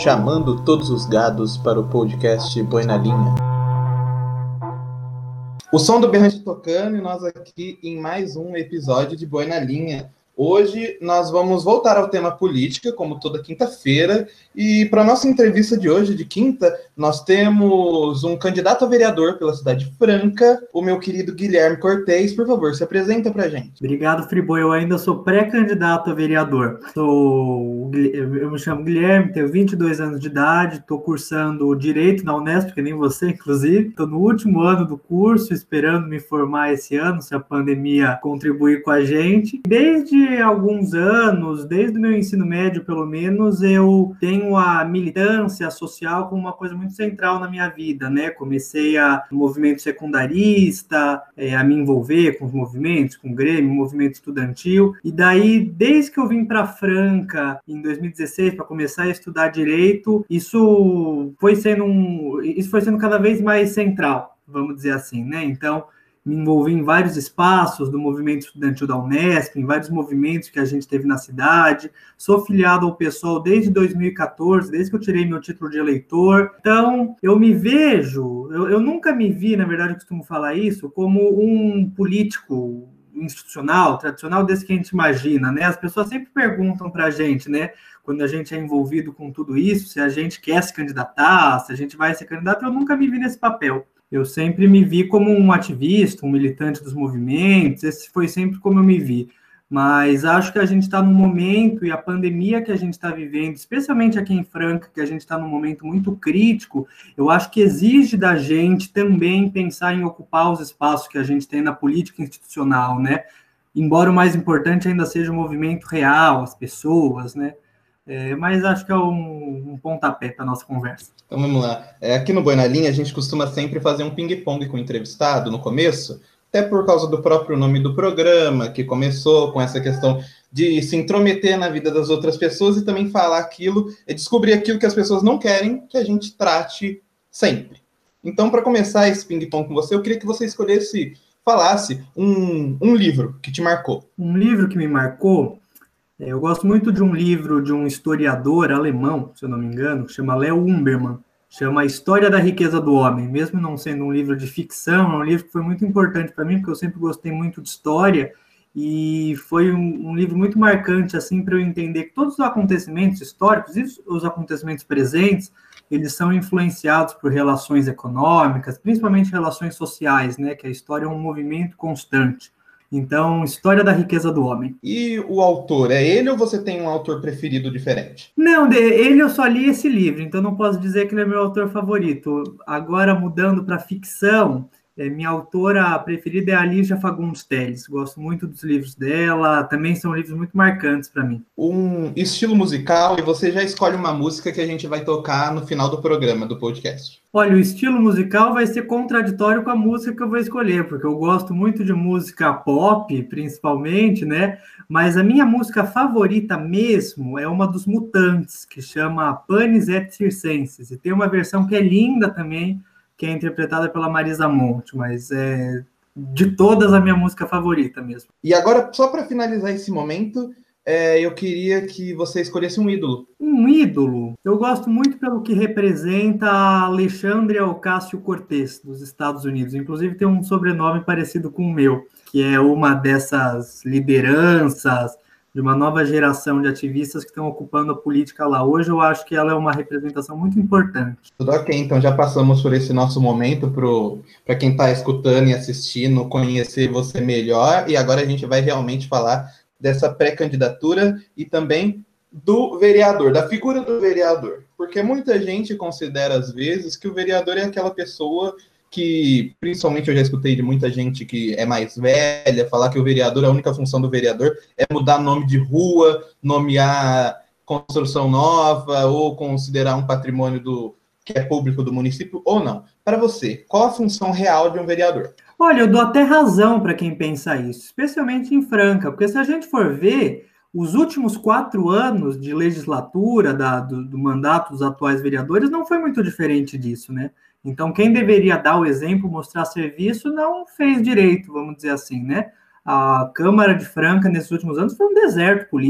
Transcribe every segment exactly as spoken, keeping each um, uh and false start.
chamando todos os gados para o podcast Boi na Linha. O som do berrante tocando e nós aqui em mais um episódio de Boi na Linha. Hoje nós vamos voltar ao tema política, como toda quinta-feira, e para a nossa entrevista de hoje, de quinta, nós temos um candidato a vereador pela Cidade Franca, o meu querido Guilherme Cortez. Por favor, se apresenta para a gente. Obrigado, Friboi. Eu ainda sou pré-candidato a vereador. Sou, eu me chamo Guilherme, tenho vinte e dois anos de idade, estou cursando Direito na Unesp, que nem você, inclusive. Estou no último ano do curso, esperando me formar esse ano, se a pandemia contribuir com a gente. Desde alguns anos, desde o meu ensino médio, pelo menos, eu tenho a militância social como uma coisa muito central na minha vida, né? Comecei a movimento secundarista, é, a me envolver com os movimentos, com o Grêmio, movimento estudantil, e daí, desde que eu vim para Franca, em dois mil e dezesseis, para começar a estudar Direito, isso foi sendo um, isso foi sendo cada vez mais central, vamos dizer assim, né? Então, me envolvi em vários espaços do movimento estudantil da Unesp, em vários movimentos que a gente teve na cidade. Sou filiado ao PSOL desde dois mil e catorze, desde que eu tirei meu título de eleitor. Então, eu me vejo, eu, eu nunca me vi, na verdade, eu costumo falar isso, como um político institucional, tradicional, desse que a gente imagina, né? As pessoas sempre perguntam para a gente, né? Quando a gente é envolvido com tudo isso, se a gente quer se candidatar, se a gente vai ser candidato. Eu nunca me vi nesse papel. Eu sempre me vi como um ativista, um militante dos movimentos, esse foi sempre como eu me vi. Mas acho que a gente está num momento, e a pandemia que a gente está vivendo, especialmente aqui em Franca, que a gente está num momento muito crítico, eu acho que exige da gente também pensar em ocupar os espaços que a gente tem na política institucional, né? Embora o mais importante ainda seja o movimento real, as pessoas, né? É, mas acho que é um, um pontapé para a nossa conversa. Então vamos lá. É, aqui no Boi na Linha a gente costuma sempre fazer um ping-pong com o entrevistado no começo, até por causa do próprio nome do programa, que começou com essa questão de se intrometer na vida das outras pessoas e também falar aquilo, e descobrir aquilo que as pessoas não querem que a gente trate sempre. Então, para começar esse ping-pong com você, eu queria que você escolhesse, falasse um, um livro que te marcou. Um livro que me marcou? Eu gosto muito de um livro de um historiador alemão, se eu não me engano, que chama Leo Humbermann, chama A História da Riqueza do Homem. Mesmo não sendo um livro de ficção, é um livro que foi muito importante para mim, porque eu sempre gostei muito de história, e foi um, um livro muito marcante, assim, para eu entender que todos os acontecimentos históricos e os acontecimentos presentes, eles são influenciados por relações econômicas, principalmente relações sociais, né, que a história é um movimento constante. Então, História da Riqueza do Homem. E o autor, é ele ou você tem um autor preferido diferente? Não, ele eu só li esse livro, então não posso dizer que ele é meu autor favorito. Agora, mudando para ficção, é, minha autora preferida é a Lígia Fagundes Telles. Gosto muito dos livros dela, também são livros muito marcantes para mim. Um estilo musical, e você já escolhe uma música que a gente vai tocar no final do programa, do podcast. Olha, o estilo musical vai ser contraditório com a música que eu vou escolher, porque eu gosto muito de música pop, principalmente, né? Mas a minha música favorita mesmo é uma dos Mutantes, que chama Panis et Circenses, e tem uma versão que é linda também, que é interpretada pela Marisa Monte, mas é de todas a minha música favorita mesmo. E agora, só para finalizar esse momento, é, eu queria que você escolhesse um ídolo. Um ídolo? Eu gosto muito pelo que representa a Alexandria Ocasio-Cortez, dos Estados Unidos. Inclusive tem um sobrenome parecido com o meu, que é uma dessas lideranças de uma nova geração de ativistas que estão ocupando a política lá. Hoje eu acho que ela é uma representação muito importante. Tudo ok, então já passamos por esse nosso momento para quem está escutando e assistindo conhecer você melhor, e agora a gente vai realmente falar dessa pré-candidatura e também do vereador, da figura do vereador. Porque muita gente considera, às vezes, que o vereador é aquela pessoa que, principalmente eu já escutei de muita gente que é mais velha, falar que o vereador, a única função do vereador é mudar nome de rua, nomear construção nova, ou considerar um patrimônio do, que é público do município, ou não. Para você, qual a função real de um vereador? Olha, eu dou até razão para quem pensa isso, especialmente em Franca, porque se a gente for ver, os últimos quatro anos de legislatura da, do, do mandato dos atuais vereadores não foi muito diferente disso, né? Então, quem deveria dar o exemplo, mostrar serviço, não fez direito, vamos dizer assim, né? A Câmara de Franca, nesses últimos anos, foi um deserto político.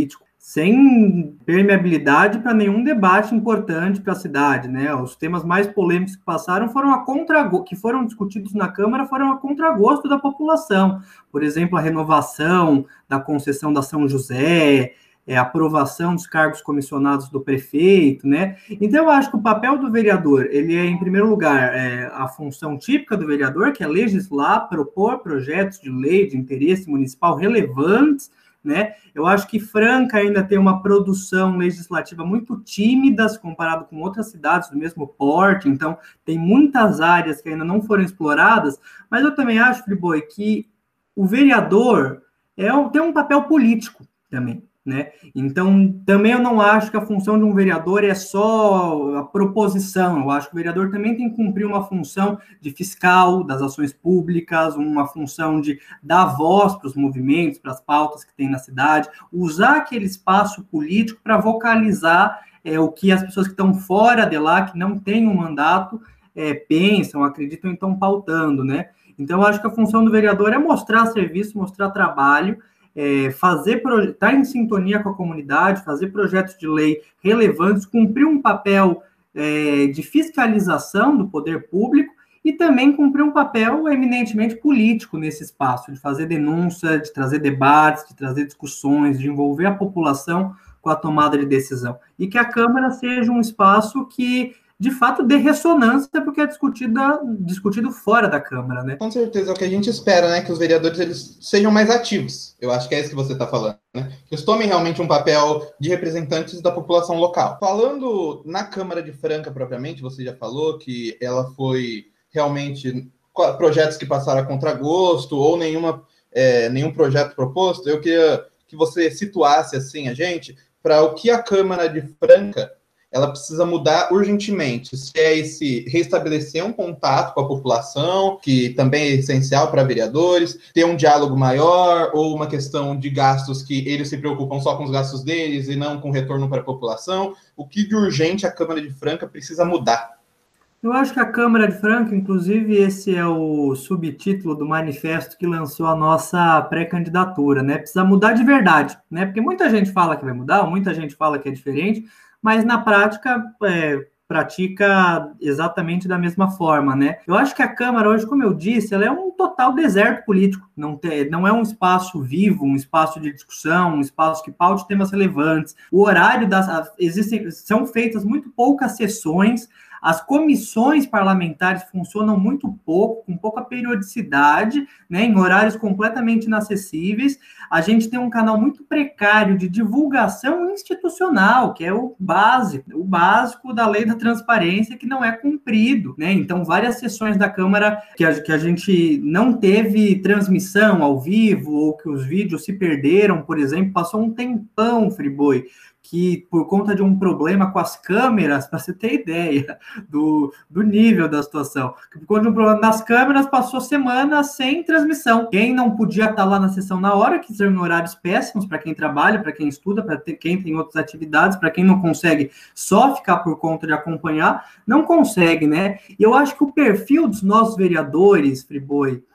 sem permeabilidade para nenhum debate importante para a cidade, né? Os temas mais polêmicos que passaram foram a contra que foram discutidos na Câmara foram a contragosto da população. Por exemplo, a renovação da concessão da São José, é, a aprovação dos cargos comissionados do prefeito, né? Então, eu acho que o papel do vereador, ele é, em primeiro lugar, é, a função típica do vereador, que é legislar, propor projetos de lei de interesse municipal relevantes, né? Eu acho que Franca ainda tem uma produção legislativa muito tímida, se comparado com outras cidades do mesmo porte, então tem muitas áreas que ainda não foram exploradas, mas eu também acho, Friboi, que o vereador é, tem um papel político também, né? Então, também eu não acho que a função de um vereador é só a proposição. Eu acho que o vereador também tem que cumprir uma função de fiscal das ações públicas, uma função de dar voz para os movimentos, para as pautas que tem na cidade, usar aquele espaço político para vocalizar é, o que as pessoas que estão fora de lá, que não têm um mandato, é, pensam, acreditam e estão pautando, né? Então, eu acho que a função do vereador é mostrar serviço, mostrar trabalho, É, fazer, estar em sintonia com a comunidade, fazer projetos de lei relevantes, cumprir um papel é, de fiscalização do poder público e também cumprir um papel eminentemente político nesse espaço, de fazer denúncia, de trazer debates, de trazer discussões, de envolver a população com a tomada de decisão. E que a Câmara seja um espaço que, de fato, dê ressonância porque é discutido, discutido fora da Câmara, né? Com certeza, é o que a gente espera, né? Que os vereadores eles sejam mais ativos. Eu acho que é isso que você está falando, né? Que eles tomem realmente um papel de representantes da população local. Falando na Câmara de Franca propriamente, você já falou que ela foi realmente projetos que passaram a contragosto ou nenhuma, é, nenhum projeto proposto. Eu queria que você situasse assim a gente para o que a Câmara de Franca ela precisa mudar urgentemente. Se é esse restabelecer um contato com a população, que também é essencial para vereadores, ter um diálogo maior, ou uma questão de gastos que eles se preocupam só com os gastos deles e não com retorno para a população. O que de urgente a Câmara de Franca precisa mudar? Eu acho que a Câmara de Franca, inclusive, esse é o subtítulo do manifesto que lançou a nossa pré-candidatura, né? Precisa mudar de verdade, né? Porque muita gente fala que vai mudar, muita gente fala que é diferente, mas na prática é, pratica exatamente da mesma forma, né? Eu acho que a Câmara hoje, como eu disse, ela é um total deserto político, não, tem, não é um espaço vivo, um espaço de discussão, um espaço que paute temas relevantes. O horário das... Existem, são feitas muito poucas sessões, as comissões parlamentares funcionam muito pouco, com pouca periodicidade, né, em horários completamente inacessíveis. A gente tem um canal muito precário de divulgação institucional, que é o básico, o básico da lei da transparência, que não é cumprido, né? Então, várias sessões da Câmara que a, que a gente não teve transmissão ao vivo, ou que os vídeos se perderam, por exemplo, passou um tempão, Friboi, que por conta de um problema com as câmeras, para você ter ideia do, do nível da situação, que por conta de um problema nas câmeras, passou semanas sem transmissão. Quem não podia estar lá na sessão na hora, que são horários péssimos para quem trabalha, para quem estuda, para quem tem outras atividades, para quem não consegue só ficar por conta de acompanhar, não consegue, né? E eu acho que o perfil dos nossos vereadores, Friboi,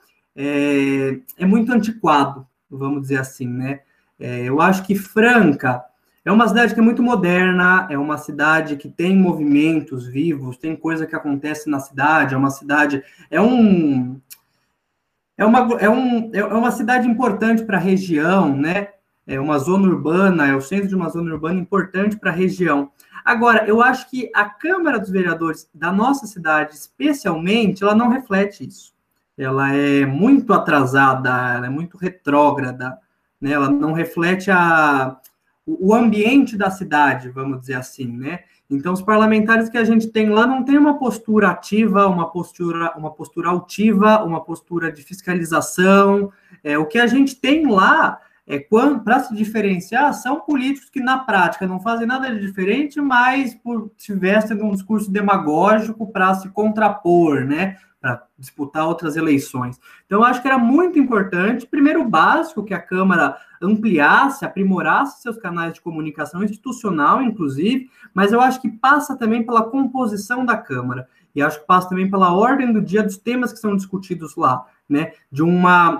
é, é muito antiquado, vamos dizer assim, né? É, eu acho que Franca é uma cidade que é muito moderna, é uma cidade que tem movimentos vivos, tem coisa que acontece na cidade, é uma cidade, é um, é uma, é um, é uma cidade importante para a região, né? É uma zona urbana, é o centro de uma zona urbana importante para a região. Agora, eu acho que a Câmara dos Vereadores da nossa cidade, especialmente, ela não reflete isso. Ela é muito atrasada, ela é muito retrógrada, né? Ela não reflete a o ambiente da cidade, vamos dizer assim, né? Então, os parlamentares que a gente tem lá não tem uma postura ativa, uma postura, uma postura altiva, uma postura de fiscalização. É, o que a gente tem lá, é, para se diferenciar, são políticos que, na prática, não fazem nada de diferente, mas por se vestem de um discurso demagógico para se contrapor, né? Para disputar outras eleições. Então, eu acho que era muito importante, primeiro básico, que a Câmara ampliasse, aprimorasse seus canais de comunicação institucional, inclusive, mas eu acho que passa também pela composição da Câmara, e acho que passa também pela ordem do dia dos temas que são discutidos lá, né? De uma...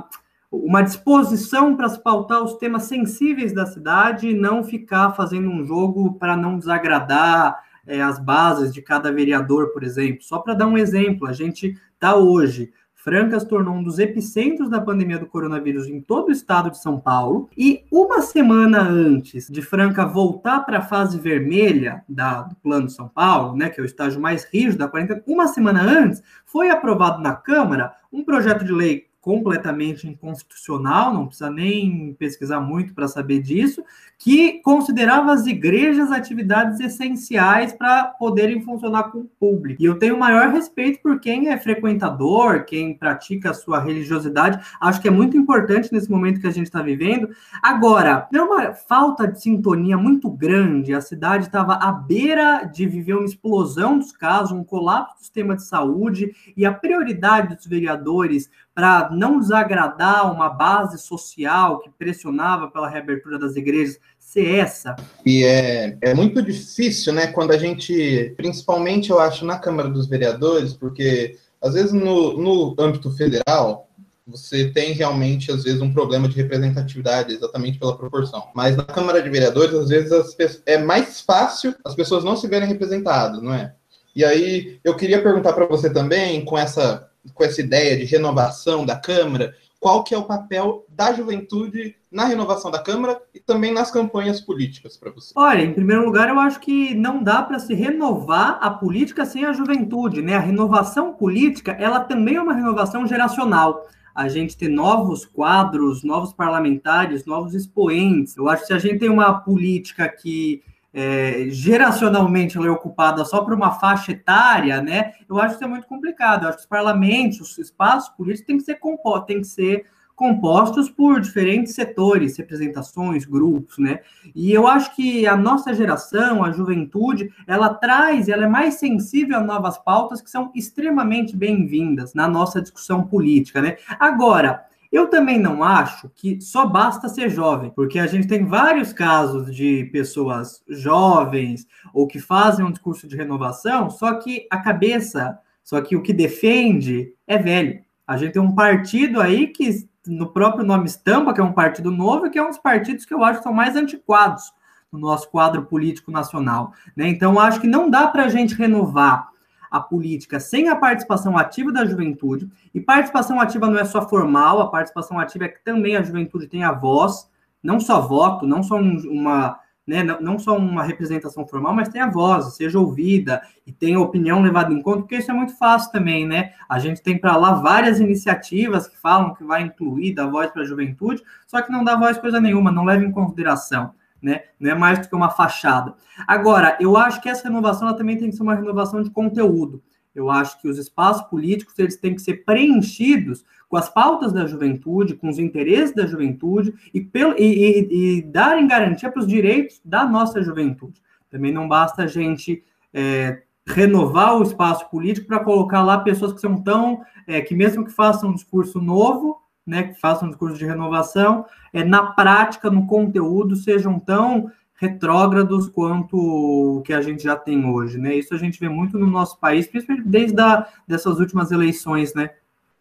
uma disposição para se pautar os temas sensíveis da cidade e não ficar fazendo um jogo para não desagradar é, as bases de cada vereador, por exemplo. Só para dar um exemplo, a gente está hoje... Franca se tornou um dos epicentros da pandemia do coronavírus em todo o estado de São Paulo. E uma semana antes de Franca voltar para a fase vermelha da, do Plano de São Paulo, né, que é o estágio mais rígido da quarentena, uma semana antes foi aprovado na Câmara um projeto de lei completamente inconstitucional, não precisa nem pesquisar muito para saber disso, que considerava as igrejas atividades essenciais para poderem funcionar com o público. E eu tenho o maior respeito por quem é frequentador, quem pratica a sua religiosidade. Acho que é muito importante nesse momento que a gente está vivendo. Agora, é uma falta de sintonia muito grande. A cidade estava à beira de viver uma explosão dos casos, um colapso do sistema de saúde, e a prioridade dos vereadores para não desagradar uma base social que pressionava pela reabertura das igrejas, ser essa. E é, é muito difícil, né, quando a gente, principalmente eu acho, na Câmara dos Vereadores, porque às vezes no, no âmbito federal, você tem realmente, às vezes, um problema de representatividade, exatamente pela proporção. Mas na Câmara de Vereadores, às vezes, as pessoas, é mais fácil as pessoas não se verem representadas, não é? E aí, eu queria perguntar para você também, com essa... com essa ideia de renovação da Câmara, qual que é o papel da juventude na renovação da Câmara e também nas campanhas políticas para você? Olha, em primeiro lugar, eu acho que não dá para se renovar a política sem a juventude, né? A renovação política, ela também é uma renovação geracional. A gente ter novos quadros, novos parlamentares, novos expoentes. Eu acho que se a gente tem uma política que É, geracionalmente ela é ocupada só por uma faixa etária, né? Eu acho que isso é muito complicado. Eu acho que os parlamentos, os espaços políticos têm que ser compostos, têm que ser compostos por diferentes setores, representações, grupos, né? E eu acho que a nossa geração, a juventude, ela traz, ela é mais sensível a novas pautas que são extremamente bem-vindas na nossa discussão política, né? Agora, eu também não acho que só basta ser jovem, porque a gente tem vários casos de pessoas jovens ou que fazem um discurso de renovação, só que a cabeça, só que o que defende é velho. A gente tem um partido aí que, no próprio nome estampa, que é um partido novo, e que é um dos partidos que eu acho que são mais antiquados no nosso quadro político nacional, né? Então, eu acho que não dá para a gente renovar a política sem a participação ativa da juventude, e participação ativa não é só formal, a participação ativa é que também a juventude tem a voz, não só voto, não só um, uma, né, não, não só uma representação formal, mas tem a voz, seja ouvida, e tem a opinião levada em conta, porque isso é muito fácil também, né? A gente tem para lá várias iniciativas que falam que vai incluir, dar voz para a juventude, só que não dá voz coisa nenhuma, não leva em consideração. Né? Não é mais do que uma fachada. Agora, eu acho que essa renovação ela também tem que ser uma renovação de conteúdo. Eu acho que os espaços políticos eles têm que ser preenchidos com as pautas da juventude, com os interesses da juventude e, pelo, e, e, e darem garantia para os direitos da nossa juventude. Também não basta a gente é, renovar o espaço político para colocar lá pessoas que são tão... É, que mesmo que façam um discurso novo, né, que façam um discurso de renovação, é, na prática, no conteúdo, sejam tão retrógrados quanto o que a gente já tem hoje, né? Isso a gente vê muito no nosso país, principalmente desde a, dessas últimas eleições, né?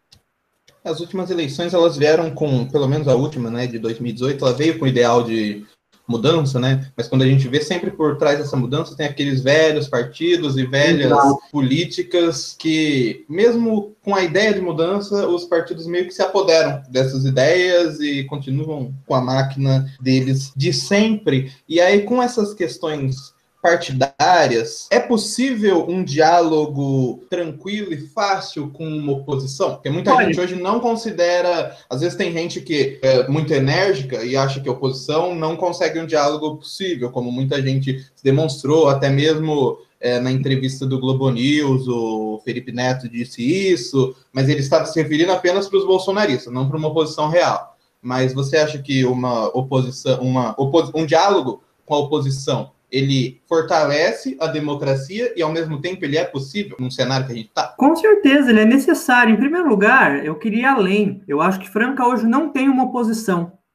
As últimas eleições, elas vieram com, pelo menos a última, né, de dois mil e dezoito, ela veio com o ideal de mudança, né? Mas quando a gente vê sempre por trás dessa mudança, tem aqueles velhos partidos e velhas Exato. políticas que, mesmo com a ideia de mudança, os partidos meio que se apoderam dessas ideias e continuam com a máquina deles de sempre. E aí, com essas questões partidárias, é possível um diálogo tranquilo e fácil com uma oposição? Porque muita Olha. gente hoje não considera, às vezes tem gente que é muito enérgica e acha que a oposição não consegue um diálogo possível, como muita gente demonstrou, até mesmo é, na entrevista do Globo News, o Felipe Neto disse isso, mas ele estava se referindo apenas para os bolsonaristas, não para uma oposição real. Mas você acha que uma oposição, uma opos, um diálogo com a oposição ele fortalece a democracia e, ao mesmo tempo, ele é possível num cenário que a gente está? Com certeza, ele é necessário. Em primeiro lugar, eu queria ir além. Eu acho que Franca hoje não tem uma oposição.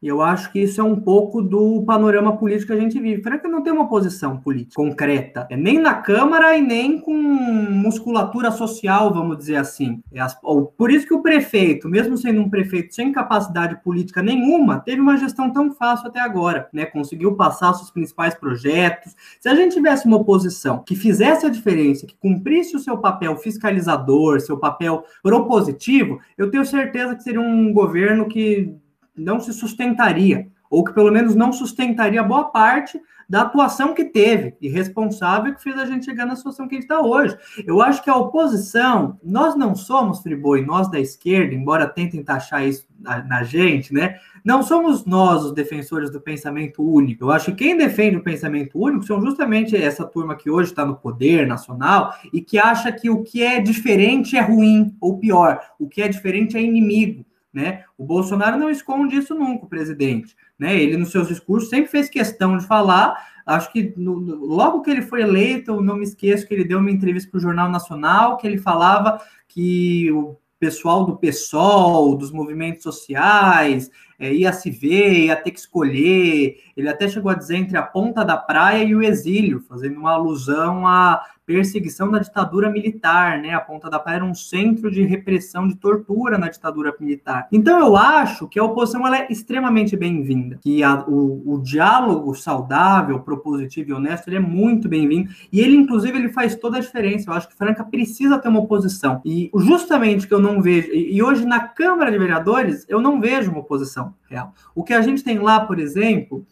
E eu acho que isso é um pouco do panorama político que a gente vive. Franca não tem uma posição política concreta, é nem na Câmara e nem com musculatura social, vamos dizer assim. É as, por isso que o prefeito, mesmo sendo um prefeito sem capacidade política nenhuma, teve uma gestão tão fácil até agora, né? Conseguiu passar seus principais projetos. Se a gente tivesse uma oposição que fizesse a diferença, que cumprisse o seu papel fiscalizador, seu papel propositivo, eu tenho certeza que seria um governo que não se sustentaria, ou que pelo menos não sustentaria boa parte da atuação que teve, e responsável que fez a gente chegar na situação que a gente está hoje. Eu acho que a oposição, nós não somos, Friboi, nós da esquerda, embora tentem taxar isso na, na gente, né? Não somos nós os defensores do pensamento único. Eu acho que quem defende o pensamento único são justamente essa turma que hoje está no poder nacional e que acha que o que é diferente é ruim, ou pior, o que é diferente é inimigo. Né? O Bolsonaro não esconde isso nunca, o presidente. Né? Ele, nos seus discursos, sempre fez questão de falar. Acho que no, no, logo que ele foi eleito, eu não me esqueço que ele deu uma entrevista para o Jornal Nacional, que ele falava que o pessoal do PSOL, dos movimentos sociais, é, ia se ver, ia ter que escolher. Ele até chegou a dizer entre a ponta da praia e o exílio, fazendo uma alusão à perseguição da ditadura militar, né? A Ponta da Praia era um centro de repressão, de tortura na ditadura militar. Então eu acho que a oposição ela é extremamente bem-vinda, que a, o, o diálogo saudável, propositivo e honesto, ele é muito bem-vindo, e ele, inclusive, ele faz toda a diferença. Eu acho que Franca precisa ter uma oposição, e justamente que eu não vejo, e, e hoje na Câmara de Vereadores, eu não vejo uma oposição real. O que a gente tem lá, por exemplo,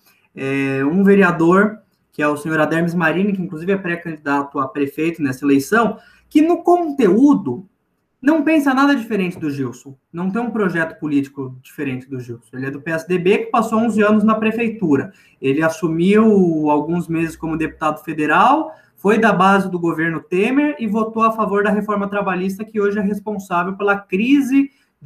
é um vereador que é o senhor Adermes Marini, que inclusive é pré-candidato a prefeito nessa eleição, que no conteúdo não pensa nada diferente do Gilson, não tem um projeto político diferente do Gilson. Ele é do P S D B, que passou onze anos na prefeitura. Ele assumiu alguns meses como deputado federal, foi da base do governo Temer e votou a favor da reforma trabalhista, que hoje é responsável pela crise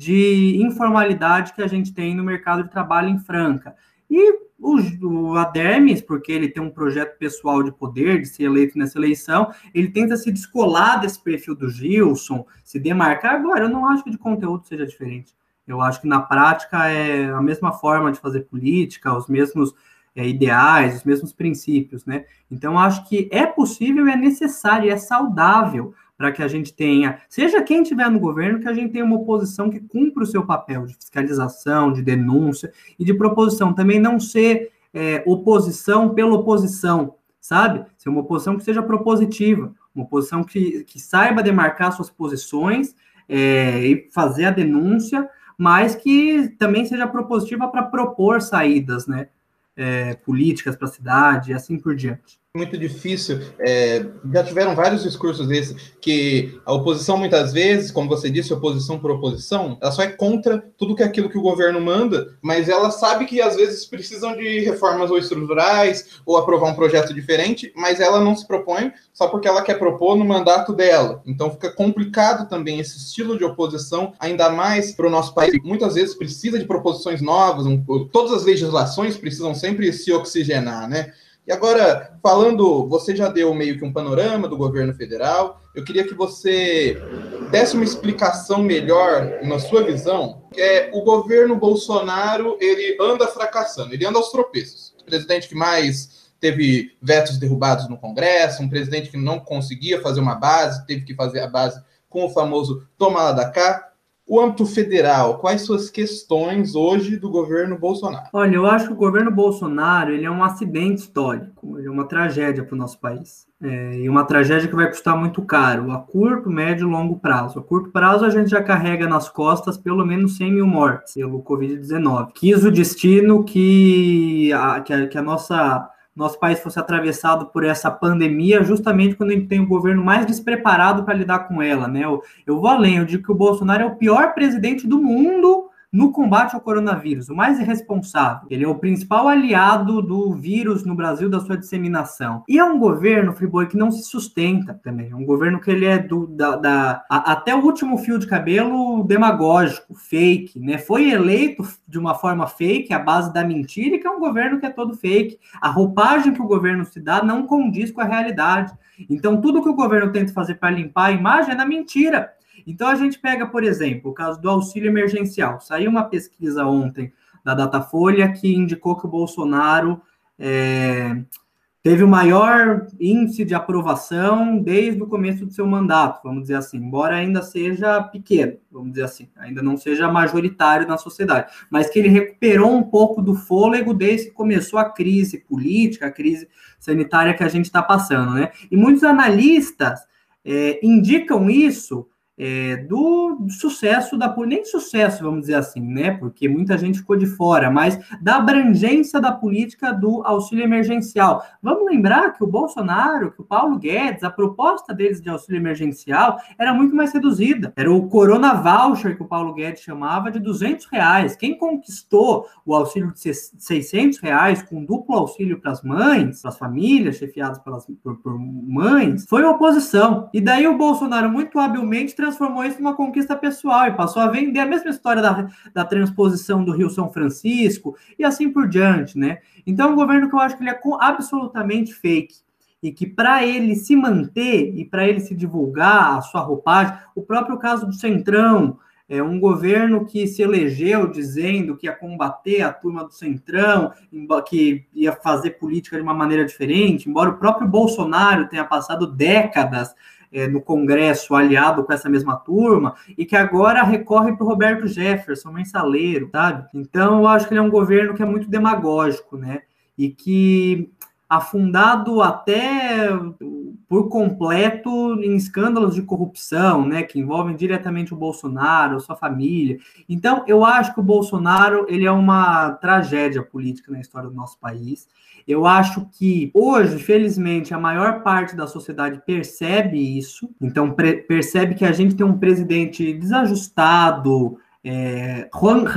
de informalidade que a gente tem no mercado de trabalho em Franca. E o, o Adermes, porque ele tem um projeto pessoal de poder, de ser eleito nessa eleição, ele tenta se descolar desse perfil do Gilson, se demarcar. Agora, eu não acho que de conteúdo seja diferente. Eu acho que na prática é a mesma forma de fazer política, os mesmos é, ideais, os mesmos princípios, né? Então, eu acho que é possível, é necessário, é saudável para que a gente tenha, seja quem estiver no governo, que a gente tenha uma oposição que cumpra o seu papel de fiscalização, de denúncia e de proposição. Também não ser é, oposição pela oposição, sabe? Ser uma oposição que seja propositiva, uma oposição que, que saiba demarcar suas posições é, e fazer a denúncia, mas que também seja propositiva para propor saídas, né? É, políticas para a cidade e assim por diante. Muito difícil, é, já tiveram vários discursos desses, que a oposição muitas vezes, como você disse, oposição por oposição, ela só é contra tudo que é aquilo que o governo manda, mas ela sabe que às vezes precisam de reformas ou estruturais, ou aprovar um projeto diferente, mas ela não se propõe só porque ela quer propor no mandato dela. Então fica complicado também esse estilo de oposição, ainda mais para o nosso país, que muitas vezes precisa de proposições novas, um, todas as legislações precisam sempre se oxigenar, né? E agora, falando, você já deu meio que um panorama do governo federal, eu queria que você desse uma explicação melhor, na sua visão, que é o governo Bolsonaro, ele anda fracassando, ele anda aos tropeços. O presidente que mais teve vetos derrubados no Congresso, um presidente que não conseguia fazer uma base, teve que fazer a base com o famoso toma lá da cá. O âmbito federal, quais suas questões hoje do governo Bolsonaro? Olha, eu acho que o governo Bolsonaro ele é um acidente histórico, ele é uma tragédia para o nosso país. É, e uma tragédia que vai custar muito caro, a curto, médio e longo prazo. A curto prazo, a gente já carrega nas costas pelo menos cem mil mortes pelo covid dezenove. Quis o destino que a, que a, que a nossa... nosso país fosse atravessado por essa pandemia justamente quando a gente tem o governo mais despreparado para lidar com ela, né? Eu, eu vou além, eu digo que o Bolsonaro é o pior presidente do mundo no combate ao coronavírus, o mais irresponsável. Ele é o principal aliado do vírus no Brasil, da sua disseminação. E é um governo, Friboi, que não se sustenta também. É um governo que ele é do, da, da, a, até o último fio de cabelo demagógico, fake, né? Foi eleito de uma forma fake, à base da mentira, e que é um governo que é todo fake. A roupagem que o governo se dá não condiz com a realidade. Então, tudo que o governo tenta fazer para limpar a imagem é na mentira. Então, a gente pega, por exemplo, o caso do auxílio emergencial. Saiu uma pesquisa ontem da Datafolha, que indicou que o Bolsonaro é, teve o maior índice de aprovação desde o começo do seu mandato, vamos dizer assim, embora ainda seja pequeno, vamos dizer assim, ainda não seja majoritário na sociedade, mas que ele recuperou um pouco do fôlego desde que começou a crise política, a crise sanitária que a gente está passando, né? E muitos analistas é, indicam isso É, do, do sucesso da nem sucesso, vamos dizer assim, né? Porque muita gente ficou de fora, mas da abrangência da política do auxílio emergencial. Vamos lembrar que o Bolsonaro, que o Paulo Guedes, a proposta deles de auxílio emergencial era muito mais reduzida. Era o Corona Voucher, que o Paulo Guedes chamava, de duzentos reais. Quem conquistou o auxílio de seiscentos reais com duplo auxílio para as mães, para as famílias chefiadas pelas, por, por mães, foi a oposição. E daí o Bolsonaro muito habilmente transformou isso numa conquista pessoal e passou a vender a mesma história da, da transposição do Rio São Francisco e assim por diante, né? Então é um governo que eu acho que ele é absolutamente fake e que para ele se manter e para ele se divulgar a sua roupagem, o próprio caso do Centrão, é um governo que se elegeu dizendo que ia combater a turma do Centrão, que ia fazer política de uma maneira diferente, embora o próprio Bolsonaro tenha passado décadas É, no Congresso, aliado com essa mesma turma, e que agora recorre para o Roberto Jefferson, mensaleiro, sabe? Então, eu acho que ele é um governo que é muito demagógico, né? E que, afundado até por completo em escândalos de corrupção, né? Que envolvem diretamente o Bolsonaro, sua família. Então, eu acho que o Bolsonaro, ele é uma tragédia política na história do nosso país. Eu acho que hoje, felizmente, a maior parte da sociedade percebe isso, então percebe que a gente tem um presidente desajustado, é,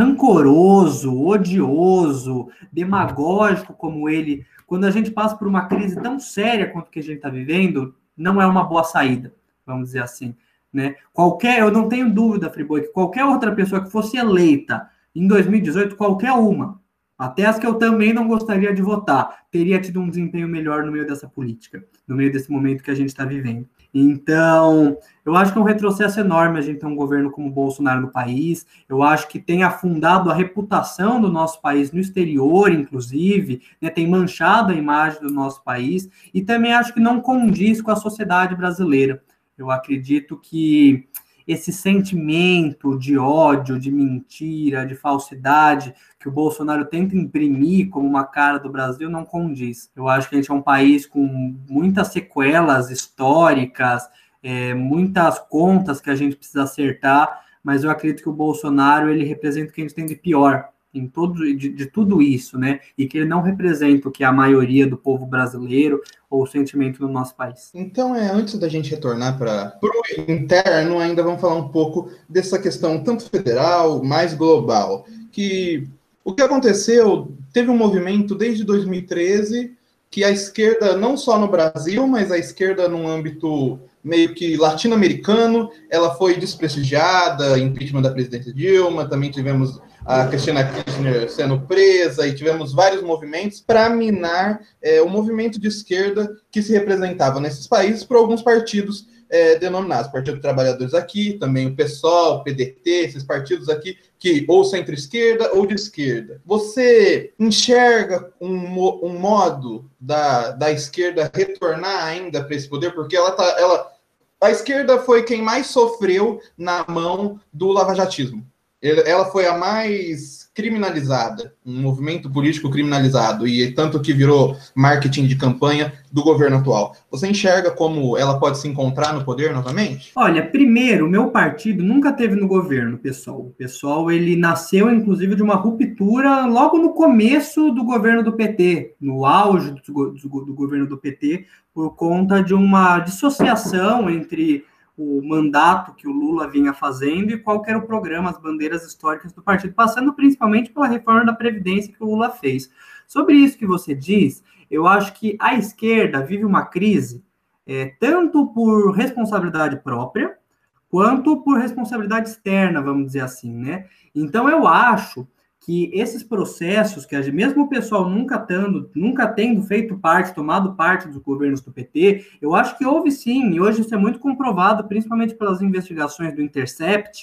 rancoroso, odioso, demagógico como ele. Quando a gente passa por uma crise tão séria quanto que a gente está vivendo, não é uma boa saída, vamos dizer assim, né? Qualquer, eu não tenho dúvida, Friboi, que qualquer outra pessoa que fosse eleita em dois mil e dezoito, qualquer uma, até as que eu também não gostaria de votar, teria tido um desempenho melhor no meio dessa política, no meio desse momento que a gente está vivendo. Então, eu acho que é um retrocesso enorme a gente ter um governo como o Bolsonaro no país. Eu acho que tem afundado a reputação do nosso país no exterior, inclusive, né, tem manchado a imagem do nosso país, e também acho que não condiz com a sociedade brasileira. Eu acredito que esse sentimento de ódio, de mentira, de falsidade que o Bolsonaro tenta imprimir como uma cara do Brasil não condiz. Eu acho que a gente é um país com muitas sequelas históricas, é, muitas contas que a gente precisa acertar, mas eu acredito que o Bolsonaro, ele representa o que a gente tem de pior em todo, de, de tudo isso, né? E que ele não representa o que é a maioria do povo brasileiro ou o sentimento no nosso país. Então, é, antes da gente retornar para o interno, ainda vamos falar um pouco dessa questão tanto federal, mais global, que o que aconteceu, teve um movimento desde dois mil e treze, que a esquerda, não só no Brasil, mas a esquerda num âmbito meio que latino-americano, ela foi desprestigiada, impeachment da presidente Dilma, também tivemos a Cristina Kirchner sendo presa, e tivemos vários movimentos para minar é, o movimento de esquerda que se representava nesses países por alguns partidos é, denominados, Partido dos Trabalhadores aqui, também o PSOL, o P D T, esses partidos aqui, que ou centro-esquerda ou de esquerda. Você enxerga um, um modo da, da esquerda retornar ainda para esse poder? Porque ela tá, ela, a esquerda foi quem mais sofreu na mão do lavajatismo. Ela foi a mais criminalizada, um movimento político criminalizado, e tanto que virou marketing de campanha do governo atual. Você enxerga como ela pode se encontrar no poder novamente? Olha, primeiro, o meu partido nunca teve no governo, pessoal. O pessoal, ele nasceu, inclusive, de uma ruptura logo no começo do governo do P T, no auge do, do, do governo do P T, por conta de uma dissociação entre o mandato que o Lula vinha fazendo e qual era o programa, as bandeiras históricas do partido, passando principalmente pela reforma da Previdência que o Lula fez. Sobre isso que você diz, eu acho que a esquerda vive uma crise, é, tanto por responsabilidade própria, quanto por responsabilidade externa, vamos dizer assim, né? Então, eu acho que esses processos, que mesmo o pessoal nunca tendo, nunca tendo feito parte, tomado parte dos governos do P T, eu acho que houve sim, e hoje isso é muito comprovado, principalmente pelas investigações do Intercept,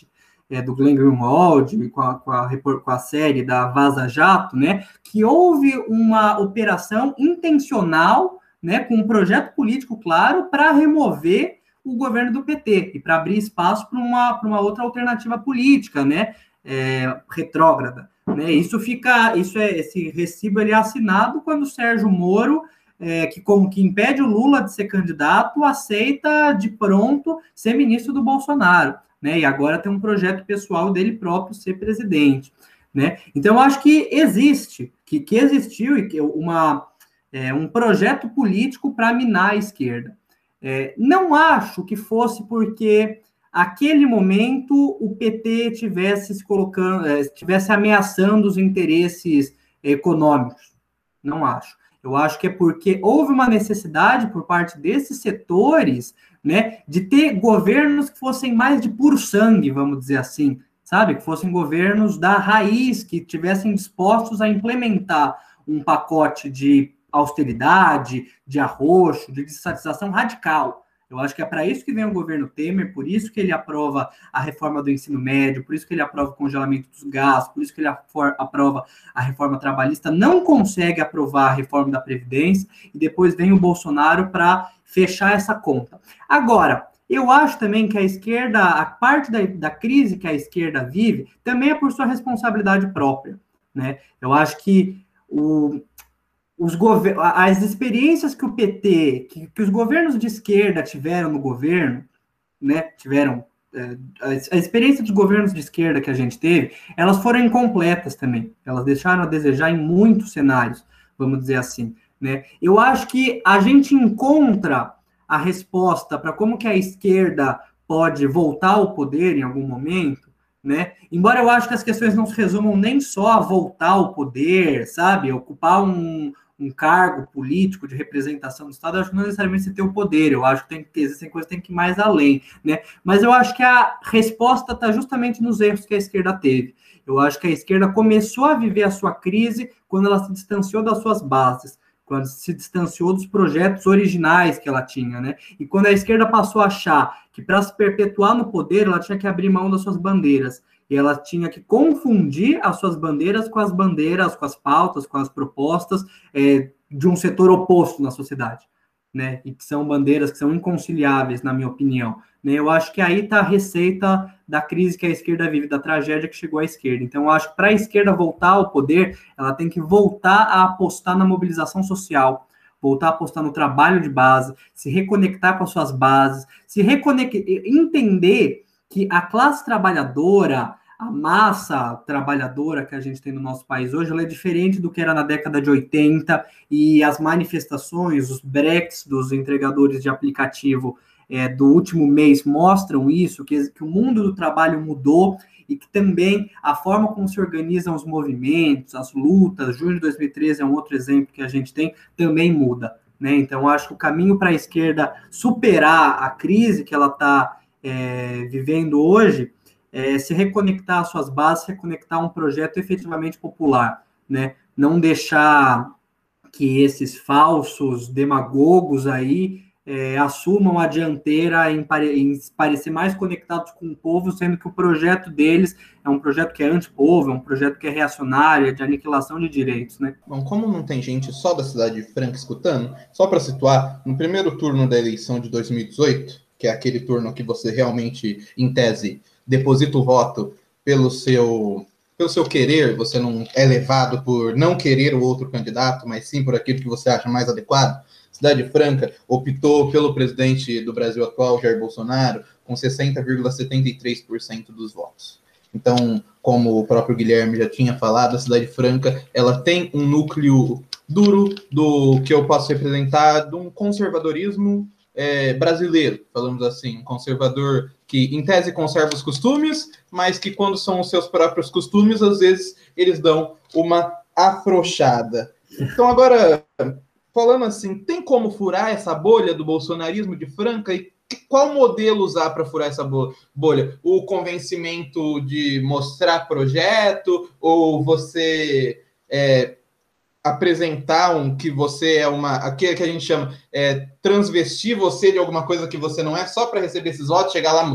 é, do Glenn Greenwald, com a, com, a, com a série da Vaza Jato, né, que houve uma operação intencional, né, com um projeto político claro para remover o governo do P T e para abrir espaço para uma, para uma outra alternativa política, né, é, retrógrada. Né? Isso fica, isso é, esse recibo ele é assinado quando o Sérgio Moro, é, que como que impede o Lula de ser candidato, aceita de pronto ser ministro do Bolsonaro, né? E agora tem um projeto pessoal dele próprio ser presidente, né? Então eu acho que existe, que, que existiu e que uma é, um projeto político para minar a esquerda. É, não acho que fosse porque aquele momento o P T tivesse se colocando, estivesse ameaçando os interesses econômicos. Não acho. Eu acho que é porque houve uma necessidade por parte desses setores, né, de ter governos que fossem mais de puro sangue, vamos dizer assim, sabe? Que fossem governos da raiz, que tivessem dispostos a implementar um pacote de austeridade, de arroxo, de desestatização radical. Eu acho que é para isso que vem o governo Temer, por isso que ele aprova a reforma do ensino médio, por isso que ele aprova o congelamento dos gastos, por isso que ele aprova a reforma trabalhista, não consegue aprovar a reforma da Previdência, e depois vem o Bolsonaro para fechar essa conta. Agora, eu acho também que a esquerda, a parte da, da crise que a esquerda vive, também é por sua responsabilidade própria, né? Eu acho que o... Os gover- as experiências que o P T, que, que os governos de esquerda tiveram no governo, né, tiveram, é, a, a experiência dos governos de esquerda que a gente teve, elas foram incompletas também, elas deixaram a desejar em muitos cenários, vamos dizer assim, né. Eu acho que a gente encontra a resposta para como que a esquerda pode voltar ao poder em algum momento, né? Embora eu acho que as questões não se resumam nem só a voltar ao poder, sabe, ocupar um um cargo político de representação do Estado, eu acho que não necessariamente você tem o poder, eu acho que tem que existem coisas que tem que ir mais além, né? Mas eu acho que a resposta está justamente nos erros que a esquerda teve. Eu acho que a esquerda começou a viver a sua crise quando ela se distanciou das suas bases, quando se distanciou dos projetos originais que ela tinha, né? E quando a esquerda passou a achar que para se perpetuar no poder, ela tinha que abrir mão das suas bandeiras, e ela tinha que confundir as suas bandeiras com as bandeiras, com as pautas, com as propostas é, de um setor oposto na sociedade, né? E que são bandeiras que são inconciliáveis, na minha opinião. Né? Eu acho que aí está a receita da crise que a esquerda vive, da tragédia que chegou à esquerda. Então, eu acho que para a esquerda voltar ao poder, ela tem que voltar a apostar na mobilização social, voltar a apostar no trabalho de base, se reconectar com as suas bases, se reconectar, entender que a classe trabalhadora, a massa trabalhadora que a gente tem no nosso país hoje, ela é diferente do que era na década de oitenta, e as manifestações, os breaks dos entregadores de aplicativo é, do último mês mostram isso, que, que o mundo do trabalho mudou, e que também a forma como se organizam os movimentos, as lutas, junho de dois mil e treze é um outro exemplo que a gente tem, também muda. Né? Então, acho que o caminho para a esquerda superar a crise que ela está É, vivendo hoje, é, se reconectar às suas bases, reconectar um projeto efetivamente popular, né? Não deixar que esses falsos demagogos aí é, assumam a dianteira em, pare em parecer mais conectados com o povo, sendo que o projeto deles é um projeto que é antipovo, é um projeto que é reacionário, é de aniquilação de direitos, né? Bom, como não tem gente só da cidade de Franca escutando, só para situar, no primeiro turno da eleição de dois mil e dezoito, que é aquele turno que você realmente, em tese, deposita o voto pelo seu, pelo seu querer, você não é levado por não querer o outro candidato, mas sim por aquilo que você acha mais adequado. Cidade Franca optou pelo presidente do Brasil atual, Jair Bolsonaro, com sessenta vírgula setenta e três por cento dos votos. Então, como o próprio Guilherme já tinha falado, a Cidade Franca ela tem um núcleo duro do que eu posso representar de um conservadorismo É, brasileiro, falamos assim, um conservador que, em tese, conserva os costumes, mas que, quando são os seus próprios costumes, às vezes, eles dão uma afrouxada. Então, agora, falando assim, tem como furar essa bolha do bolsonarismo de Franca? E qual modelo usar para furar essa bolha? O convencimento de mostrar projeto? Ou você... É, apresentar um que você é uma, aquilo que a gente chama, é, transvestir você de alguma coisa que você não é, só para receber esses votos, chegar lá, mudar?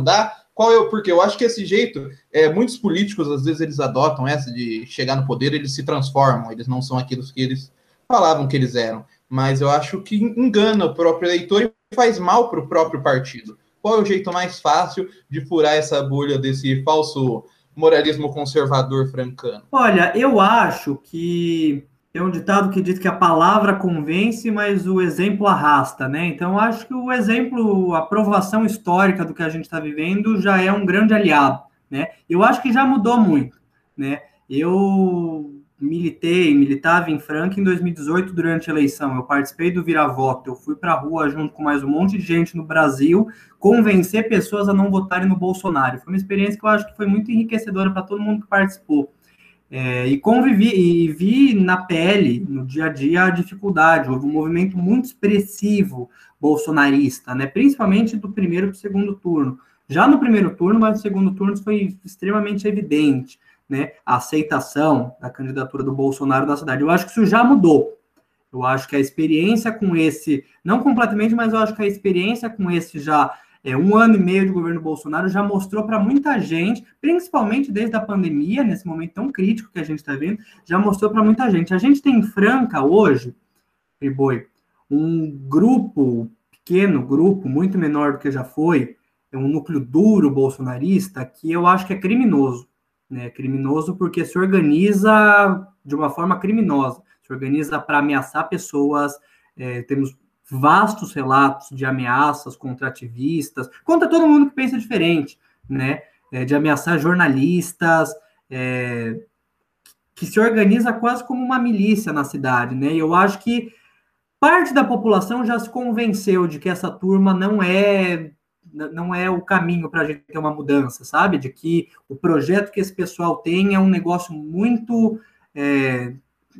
Qual é, porque eu acho que esse jeito, é, muitos políticos, às vezes, eles adotam essa de chegar no poder, eles se transformam, eles não são aquilo que eles falavam que eles eram. Mas eu acho que engana o próprio eleitor e faz mal para o próprio partido. Qual é o jeito mais fácil de furar essa bolha desse falso moralismo conservador francano? Olha, eu acho que tem um ditado que diz que a palavra convence, mas o exemplo arrasta, né? Então, eu acho que o exemplo, a provação histórica do que a gente está vivendo já é um grande aliado, né? Eu acho que já mudou muito, né? Eu militei, militava em Franca em dois mil e dezoito durante a eleição. Eu participei do Vira-Voto, eu fui para a rua junto com mais um monte de gente no Brasil, convencer pessoas a não votarem no Bolsonaro. Foi uma experiência que eu acho que foi muito enriquecedora para todo mundo que participou. É, e convivi, e vi na pele, no dia a dia, a dificuldade. Houve um movimento muito expressivo bolsonarista, né? Principalmente do primeiro para o segundo turno. Já no primeiro turno, mas no segundo turno foi extremamente evidente, né? A aceitação da candidatura do Bolsonaro na cidade. Eu acho que isso já mudou. Eu acho que a experiência com esse, não completamente, mas eu acho que a experiência com esse já é, um ano e meio de governo Bolsonaro já mostrou para muita gente, principalmente desde a pandemia, nesse momento tão crítico que a gente está vendo, já mostrou para muita gente. A gente tem em Franca hoje, Friboi, um grupo, pequeno grupo, muito menor do que já foi, é um núcleo duro bolsonarista, que eu acho que é criminoso. Né? Criminoso porque se organiza de uma forma criminosa, se organiza para ameaçar pessoas, é, temos vastos relatos de ameaças contra ativistas, contra todo mundo que pensa diferente, né? É, de ameaçar jornalistas, é, que se organiza quase como uma milícia na cidade, né? E eu acho que parte da população já se convenceu de que essa turma não é não é o caminho para a gente ter uma mudança, sabe? De que o projeto que esse pessoal tem é um negócio muito é,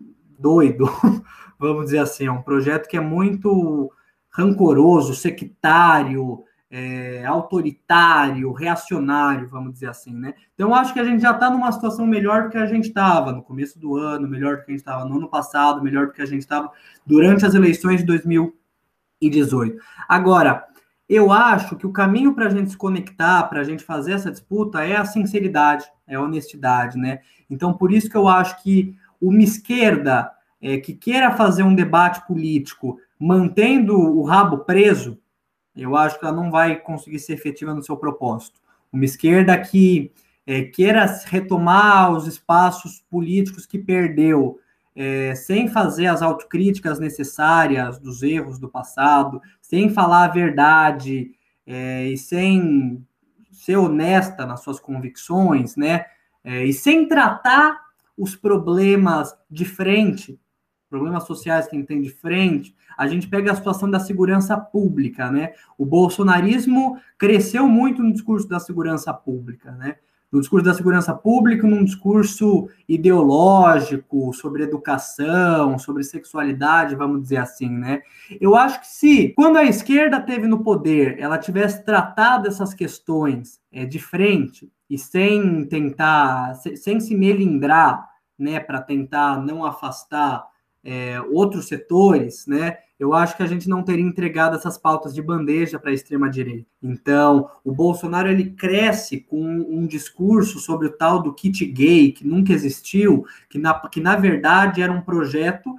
doido, vamos dizer assim, é um projeto que é muito rancoroso, sectário, é, autoritário, reacionário, vamos dizer assim, né? Então, eu acho que a gente já está numa situação melhor do que a gente estava no começo do ano, melhor do que a gente estava no ano passado, melhor do que a gente estava durante as eleições de dois mil e dezoito. Agora, eu acho que o caminho para a gente se conectar, para a gente fazer essa disputa, é a sinceridade, é a honestidade, né? Então, por isso que eu acho que uma esquerda é, que queira fazer um debate político mantendo o rabo preso, eu acho que ela não vai conseguir ser efetiva no seu propósito. Uma esquerda que é, queira retomar os espaços políticos que perdeu, é, sem fazer as autocríticas necessárias dos erros do passado, sem falar a verdade é, e sem ser honesta nas suas convicções, né? É, e sem tratar os problemas de frente, problemas sociais que a gente tem de frente, a gente pega a situação da segurança pública, né? O bolsonarismo cresceu muito no discurso da segurança pública, né? No discurso da segurança pública, num discurso ideológico sobre educação, sobre sexualidade, vamos dizer assim, né? Eu acho que se, quando a esquerda teve no poder, ela tivesse tratado essas questões é, de frente e sem tentar, sem se melindrar, né, para tentar não afastar é, outros setores, né, eu acho que a gente não teria entregado essas pautas de bandeja para a extrema-direita. Então, o Bolsonaro, ele cresce com um discurso sobre o tal do kit gay, que nunca existiu, que na, que na verdade era um projeto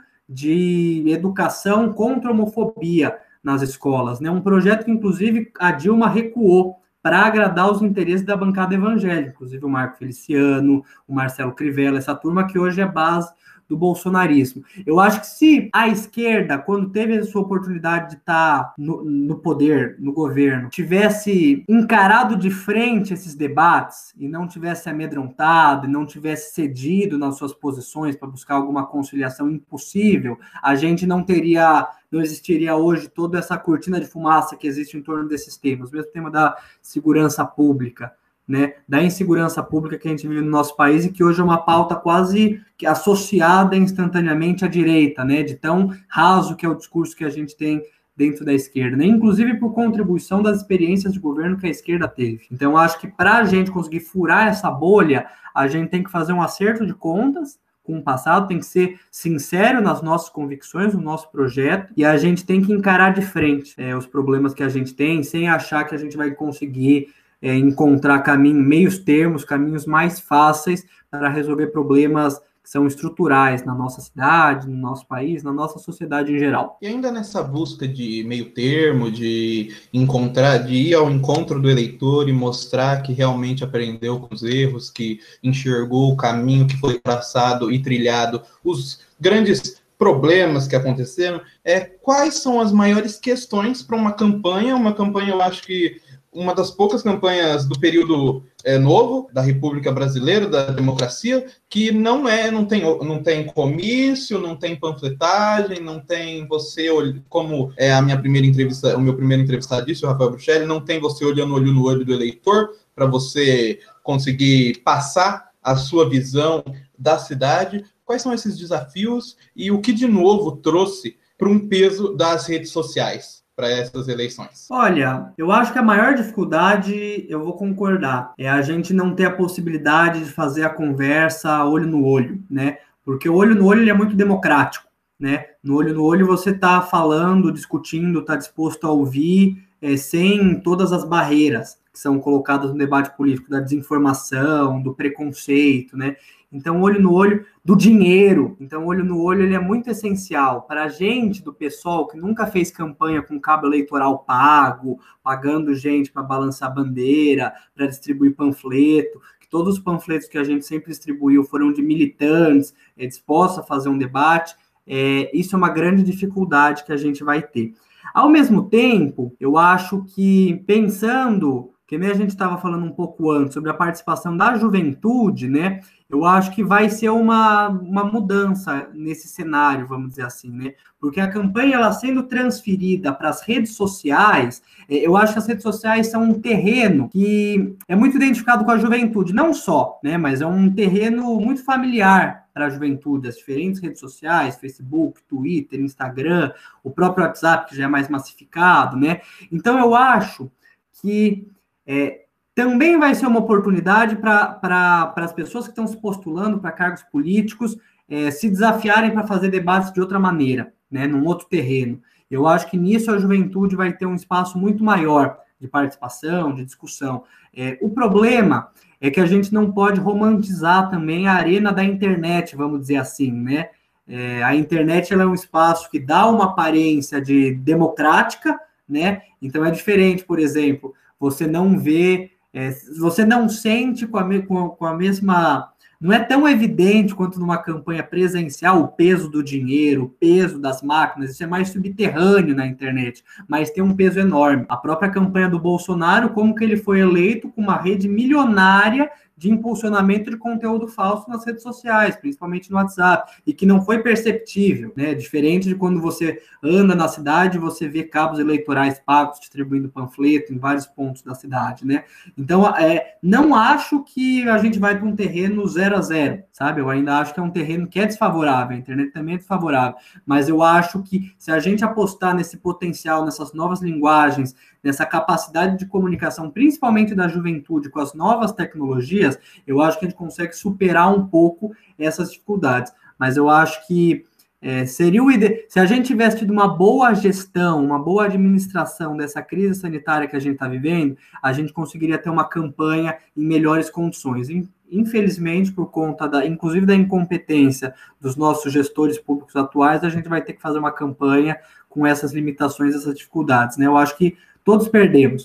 de educação contra a homofobia nas escolas, né, um projeto que, inclusive, a Dilma recuou para agradar os interesses da bancada evangélica, inclusive o Marco Feliciano, o Marcelo Crivella, essa turma que hoje é base do bolsonarismo. Eu acho que se a esquerda, quando teve a sua oportunidade de estar no, no poder, no governo, tivesse encarado de frente esses debates e não tivesse amedrontado, e não tivesse cedido nas suas posições para buscar alguma conciliação impossível, a gente não teria, não existiria hoje toda essa cortina de fumaça que existe em torno desses temas, o mesmo tema da segurança pública, né, da insegurança pública que a gente vive no nosso país e que hoje é uma pauta quase que associada instantaneamente à direita, né, de tão raso que é o discurso que a gente tem dentro da esquerda, né, inclusive por contribuição das experiências de governo que a esquerda teve. Então, acho que para a gente conseguir furar essa bolha, a gente tem que fazer um acerto de contas com o passado, tem que ser sincero nas nossas convicções, no nosso projeto, e a gente tem que encarar de frente é, os problemas que a gente tem, sem achar que a gente vai conseguir é, encontrar caminhos, meios termos, caminhos mais fáceis para resolver problemas que são estruturais na nossa cidade, no nosso país, na nossa sociedade em geral. E ainda nessa busca de meio termo, de encontrar, de ir ao encontro do eleitor e mostrar que realmente aprendeu com os erros, que enxergou o caminho que foi traçado e trilhado, os grandes problemas que aconteceram, é, quais são as maiores questões para uma campanha, uma campanha, eu acho que uma das poucas campanhas do período é, novo da República Brasileira, da democracia, que não é, não tem, não tem comício, não tem panfletagem, não tem você, como é a minha primeira entrevista, o meu primeiro entrevistado disse, o Rafael Bruchelli, não tem você olhando olho no olho do eleitor para você conseguir passar a sua visão da cidade. Quais são esses desafios e o que de novo trouxe para um peso das redes sociais para essas eleições? Olha, eu acho que a maior dificuldade, eu vou concordar, é a gente não ter a possibilidade de fazer a conversa olho no olho, né? Porque o olho no olho ele é muito democrático, né? No olho no olho você está falando, discutindo, está disposto a ouvir, é, sem todas as barreiras que são colocadas no debate político, da desinformação, do preconceito, né? Então, olho no olho do dinheiro. Então, olho no olho ele é muito essencial para a gente, do pessoal, que nunca fez campanha com cabo eleitoral pago, pagando gente para balançar bandeira, para distribuir panfleto, que todos os panfletos que a gente sempre distribuiu foram de militantes, é, dispostos a fazer um debate. É, isso é uma grande dificuldade que a gente vai ter. Ao mesmo tempo, eu acho que, pensando, que nem a gente estava falando um pouco antes, sobre a participação da juventude, né? Eu acho que vai ser uma, uma mudança nesse cenário, vamos dizer assim, né? Porque a campanha, ela sendo transferida para as redes sociais, eu acho que as redes sociais são um terreno que é muito identificado com a juventude, não só, né? Mas é um terreno muito familiar para a juventude, as diferentes redes sociais, Facebook, Twitter, Instagram, o próprio WhatsApp, que já é mais massificado, né? Então, eu acho que é, também vai ser uma oportunidade para as pessoas que estão se postulando para cargos políticos é, se desafiarem para fazer debates de outra maneira, né, num outro terreno. Eu acho que nisso a juventude vai ter um espaço muito maior de participação, de discussão. É, o problema é que a gente não pode romantizar também a arena da internet, vamos dizer assim, né? É, a internet ela é um espaço que dá uma aparência de democrática, né? Então é diferente, por exemplo, você não vê, é, você não sente com a, com, com a mesma... Não é tão evidente quanto numa campanha presencial o peso do dinheiro, o peso das máquinas, isso é mais subterrâneo na internet, mas tem um peso enorme. A própria campanha do Bolsonaro, como que ele foi eleito com uma rede milionária de impulsionamento de conteúdo falso nas redes sociais, principalmente no WhatsApp, e que não foi perceptível, né? Diferente de quando você anda na cidade, você vê cabos eleitorais pagos distribuindo panfleto em vários pontos da cidade, né? Então, é, não acho que a gente vai para um terreno zero a zero, sabe? Eu ainda acho que é um terreno que é desfavorável, a internet também é desfavorável, mas eu acho que se a gente apostar nesse potencial, nessas novas linguagens, nessa capacidade de comunicação, principalmente da juventude, com as novas tecnologias, eu acho que a gente consegue superar um pouco essas dificuldades. Mas eu acho que é, seria o ide... se a gente tivesse tido uma boa gestão, uma boa administração dessa crise sanitária que a gente está vivendo, a gente conseguiria ter uma campanha em melhores condições. Infelizmente, por conta, da, inclusive da incompetência dos nossos gestores públicos atuais, a gente vai ter que fazer uma campanha com essas limitações, essas dificuldades, né? Eu acho que todos perdemos,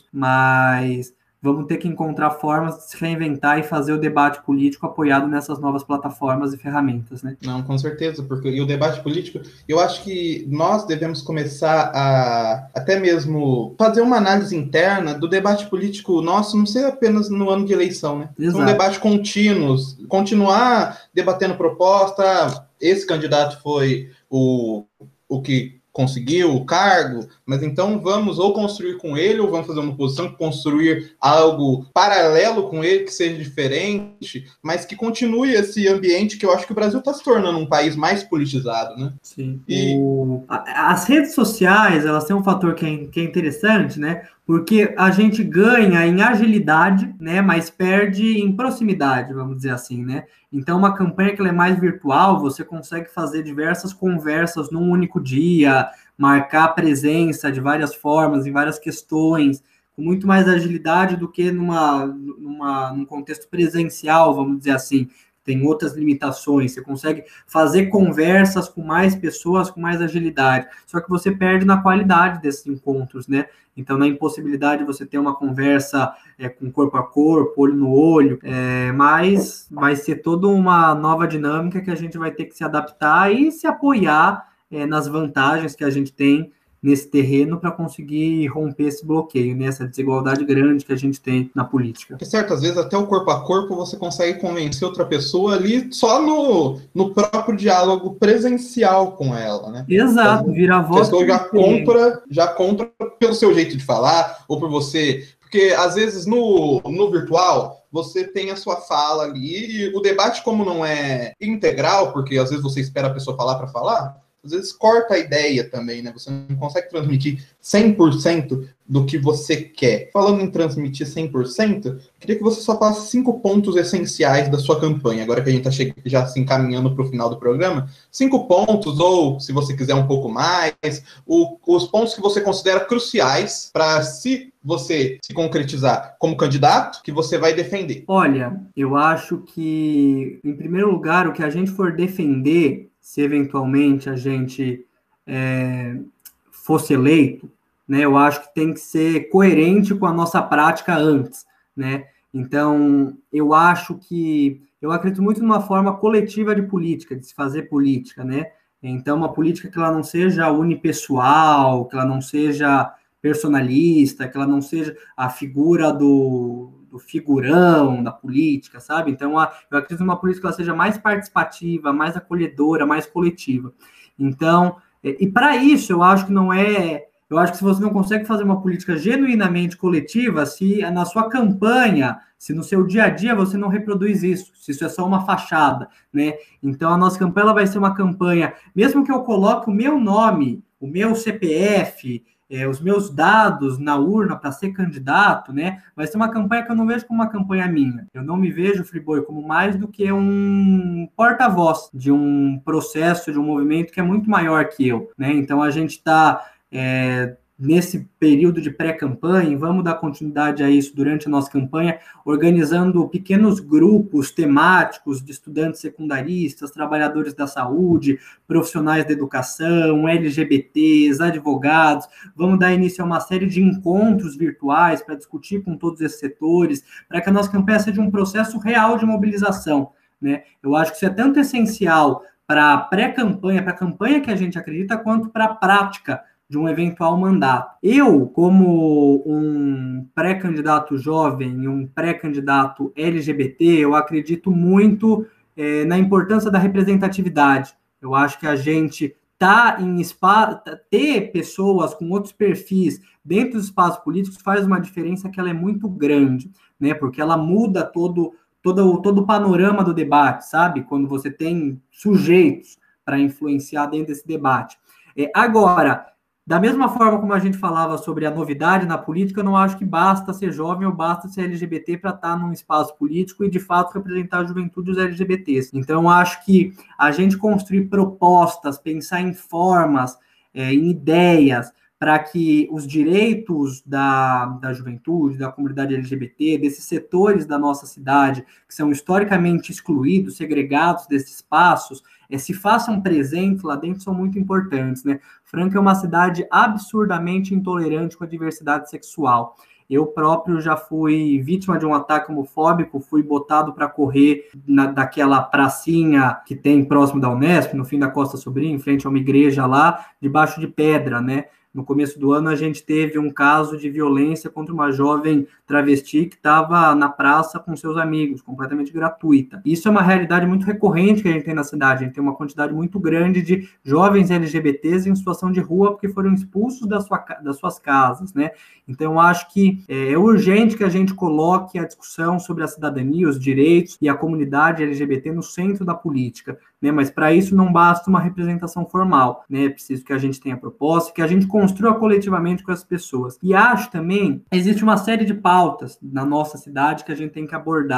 mas vamos ter que encontrar formas de se reinventar e fazer o debate político apoiado nessas novas plataformas e ferramentas, né? Não, com certeza, porque e o debate político, eu acho que nós devemos começar a até mesmo fazer uma análise interna do debate político nosso, não ser apenas no ano de eleição, né? Exato. Um debate contínuo, continuar debatendo proposta, esse candidato foi o, o que conseguiu o cargo, mas então vamos ou construir com ele, ou vamos fazer uma oposição, construir algo paralelo com ele, que seja diferente, mas que continue esse ambiente que eu acho que o Brasil está se tornando um país mais politizado, né? Sim. E... O... As redes sociais, elas têm um fator que é, que é interessante, né? Porque a gente ganha em agilidade, né? Mas perde em proximidade, vamos dizer assim, né? Então, uma campanha que ela é mais virtual, você consegue fazer diversas conversas num único dia, marcar presença de várias formas, em várias questões, com muito mais agilidade do que numa, numa, num contexto presencial, vamos dizer assim. Tem outras limitações, você consegue fazer conversas com mais pessoas, com mais agilidade, só que você perde na qualidade desses encontros, né? Então, na impossibilidade de você ter uma conversa é, com corpo a corpo, olho no olho, é, mas vai ser toda uma nova dinâmica que a gente vai ter que se adaptar e se apoiar é, nas vantagens que a gente tem nesse terreno para conseguir romper esse bloqueio, né? Essa desigualdade grande que a gente tem na política. Porque certas vezes até o corpo a corpo você consegue convencer outra pessoa ali só no, no próprio diálogo presencial com ela, né? Exato, então, vira voz. A pessoa já compra, já compra pelo seu jeito de falar, ou por você... Porque às vezes no, no virtual você tem a sua fala ali, e o debate, como não é integral, porque às vezes você espera a pessoa falar para falar, às vezes corta a ideia também, né? Você não consegue transmitir cem por cento do que você quer. Falando em transmitir cem por cento, queria que você só falasse cinco pontos essenciais da sua campanha. Agora que a gente está já se encaminhando para o final do programa, cinco pontos, ou se você quiser um pouco mais, o, os pontos que você considera cruciais para, se você se concretizar como candidato, que você vai defender. Olha, eu acho que, em primeiro lugar, o que a gente for defender, se eventualmente a gente é, fosse eleito, né, eu acho que tem que ser coerente com a nossa prática antes, né? Então, eu acho que, eu acredito muito numa forma coletiva de política, de se fazer política, né? Então, uma política que ela não seja unipessoal, que ela não seja personalista, que ela não seja a figura do... do figurão da política, sabe? Então, a, eu acredito numa política que ela seja mais participativa, mais acolhedora, mais coletiva. Então, e, e para isso, eu acho que não é... Eu acho que se você não consegue fazer uma política genuinamente coletiva, se na sua campanha, se no seu dia a dia você não reproduz isso, se isso é só uma fachada, né? Então, a nossa campanha ela vai ser uma campanha, mesmo que eu coloque o meu nome, o meu C P F... É, os meus dados na urna para ser candidato, né? Vai ser uma campanha que eu não vejo como uma campanha minha. Eu não me vejo, Friboi, como mais do que um porta-voz de um processo, de um movimento que é muito maior que eu, né? Então, a gente está... É, nesse período de pré-campanha, e vamos dar continuidade a isso durante a nossa campanha, organizando pequenos grupos temáticos de estudantes secundaristas, trabalhadores da saúde, profissionais da educação, L G B Ts, advogados. Vamos dar início a uma série de encontros virtuais para discutir com todos esses setores, para que a nossa campanha seja um processo real de mobilização, né? Eu acho que isso é tanto essencial para a pré-campanha, para a campanha que a gente acredita, quanto para a prática de um eventual mandato. Eu, como um pré-candidato jovem, um pré-candidato L G B T, eu acredito muito é, na importância da representatividade. Eu acho que a gente tá em espaço, ter pessoas com outros perfis dentro dos espaços políticos faz uma diferença que ela é muito grande, né? Porque ela muda todo, todo, todo o panorama do debate, sabe? Quando você tem sujeitos para influenciar dentro desse debate. É, agora, da mesma forma como a gente falava sobre a novidade na política, eu não acho que basta ser jovem ou basta ser L G B T para estar num espaço político e, de fato, representar a juventude dos L G B Ts. Então, eu acho que a gente construir propostas, pensar em formas, é, em ideias, para que os direitos da, da juventude, da comunidade L G B T, desses setores da nossa cidade, que são historicamente excluídos, segregados desses espaços, é, se façam presentes lá dentro, são muito importantes, né? Franca é uma cidade absurdamente intolerante com a diversidade sexual. Eu próprio já fui vítima de um ataque homofóbico, fui botado para correr na, daquela pracinha que tem próximo da Unesp, no fim da Costa Sobrinho, em frente a uma igreja lá, debaixo de pedra, né? No começo do ano, a gente teve um caso de violência contra uma jovem travesti que estava na praça com seus amigos, completamente gratuita. Isso é uma realidade muito recorrente que a gente tem na cidade. A gente tem uma quantidade muito grande de jovens L G B Ts em situação de rua porque foram expulsos da sua, das suas casas, né? Então, eu acho que é, é urgente que a gente coloque a discussão sobre a cidadania, os direitos e a comunidade L G B T no centro da política, né? Mas, para isso, não basta uma representação formal, né? É preciso que a gente tenha proposta, que a gente construa coletivamente com as pessoas. E acho também, existe uma série de pautas na nossa cidade que a gente tem que abordar,